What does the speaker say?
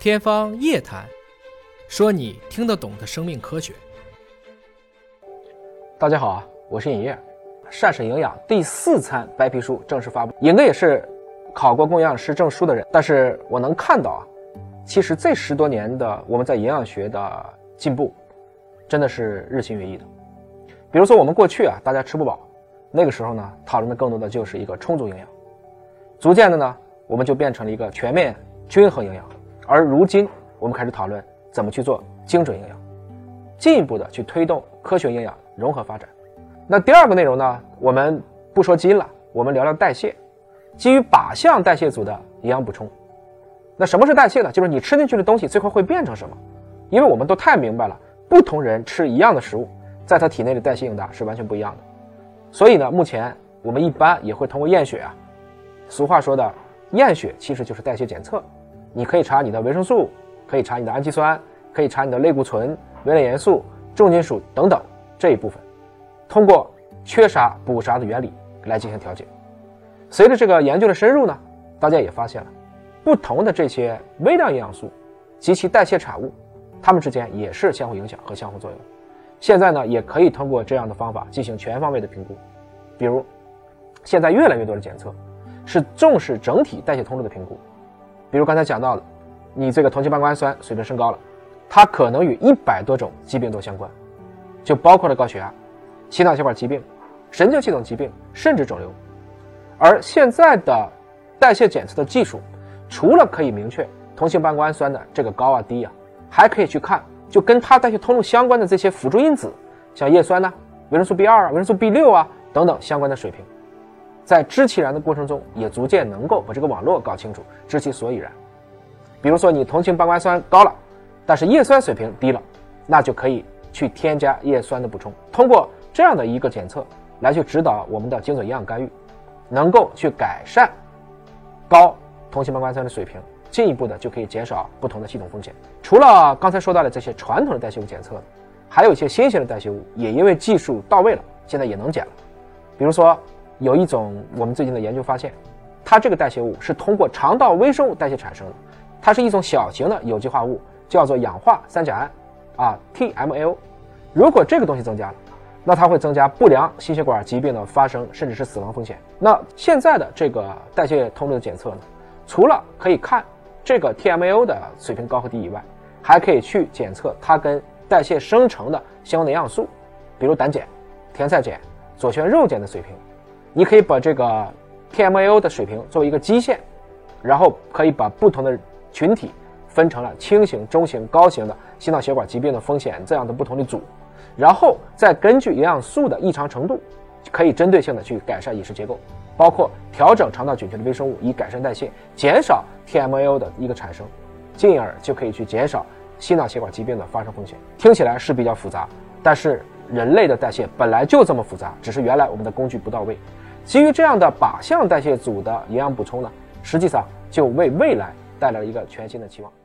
天方夜谭，说你听得懂的生命科学。 大家好啊，我是尹烨。膳食营养第4餐白皮书正式发布。尹哥也是考过供养师证书的人，但是我能看到啊，其实这10多年的我们在营养学的进步，真的是日新月异的。比如说我们过去啊，大家吃不饱，那个时候呢，讨论的更多的就是一个充足营养。逐渐的呢，我们就变成了一个全面均衡营养。而如今我们开始讨论怎么去做精准营养，进一步的去推动科学营养融合发展。那第2个内容呢，我们不说基因了，我们聊聊代谢，基于靶向代谢组的营养补充。那什么是代谢呢？就是你吃进去的东西最后会变成什么。因为我们都太明白了，不同人吃一样的食物，在他体内的代谢应答是完全不一样的。所以呢，目前我们一般也会通过验血啊，俗话说的验血其实就是代谢检测。你可以查你的维生素，可以查你的氨基酸，可以查你的类固醇、微量元素、重金属等等这一部分，通过缺啥补啥的原理来进行调节。随着这个研究的深入呢，大家也发现了不同的这些微量营养素及其代谢产物，它们之间也是相互影响和相互作用。现在呢，也可以通过这样的方法进行全方位的评估。比如现在越来越多的检测是重视整体代谢通路的评估。比如刚才讲到的，你这个同型半胱氨酸水平升高了，它可能与100多种疾病都相关，就包括了高血压、心脑血管疾病、神经系统疾病，甚至肿瘤。而现在的代谢检测的技术，除了可以明确同型半胱氨酸的这个高啊低啊，还可以去看就跟它代谢通路相关的这些辅助因子，像叶酸呐、维生素 B2 啊、维生素 B6 啊等等相关的水平。在知其然的过程中，也逐渐能够把这个网络搞清楚，知其所以然。比如说你同型半胱氨酸高了，但是叶酸水平低了，那就可以去添加叶酸的补充。通过这样的一个检测来去指导我们的精准营养干预，能够去改善高同型半胱氨酸的水平，进一步的就可以减少不同的系统风险。除了刚才说到的这些传统的代谢物检测，还有一些新型的代谢物也因为技术到位了，现在也能检了。比如说有一种我们最近的研究发现，它这个代谢物是通过肠道微生物代谢产生的，它是一种小型的有机化物，叫做氧化三甲胺TMAO。如果这个东西增加了，那它会增加不良心血管疾病的发生，甚至是死亡风险。那现在的这个代谢通路的检测呢，除了可以看这个 TMAO 的水平高和低以外，还可以去检测它跟代谢生成的相关的营养素，比如胆碱、甜菜碱、左旋肉碱的水平。你可以把这个 TMAO 的水平作为一个基线，然后可以把不同的群体分成了轻型、中型、高型的心脑血管疾病的风险这样的不同的组，然后再根据营养素的异常程度，可以针对性的去改善饮食结构，包括调整肠道菌群的微生物以改善代谢，减少 TMAO 的一个产生，进而就可以去减少心脑血管疾病的发生风险。听起来是比较复杂，但是人类的代谢本来就这么复杂，只是原来我们的工具不到位。基于这样的靶向代谢组的营养补充呢，实际上就为未来带来了一个全新的期望。